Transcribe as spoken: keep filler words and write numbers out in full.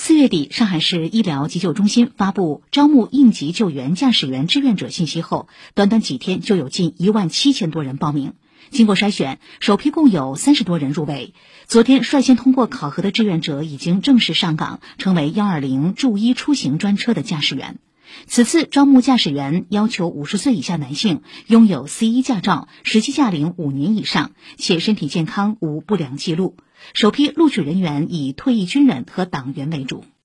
四月底，上海市医疗急救中心发布招募应急救援驾驶员志愿者信息后，短短几天就有近一万七千多人报名。经过筛选，首批共有三十多人入围。昨天率先通过考核的志愿者已经正式上岗，成为一二零助医出行专车的驾驶员。此次招募驾驶员要求五十岁以下男性，拥有 C 一 驾照，实际驾龄五年以上，且身体健康无不良记录。首批录取人员以退役军人和党员为主。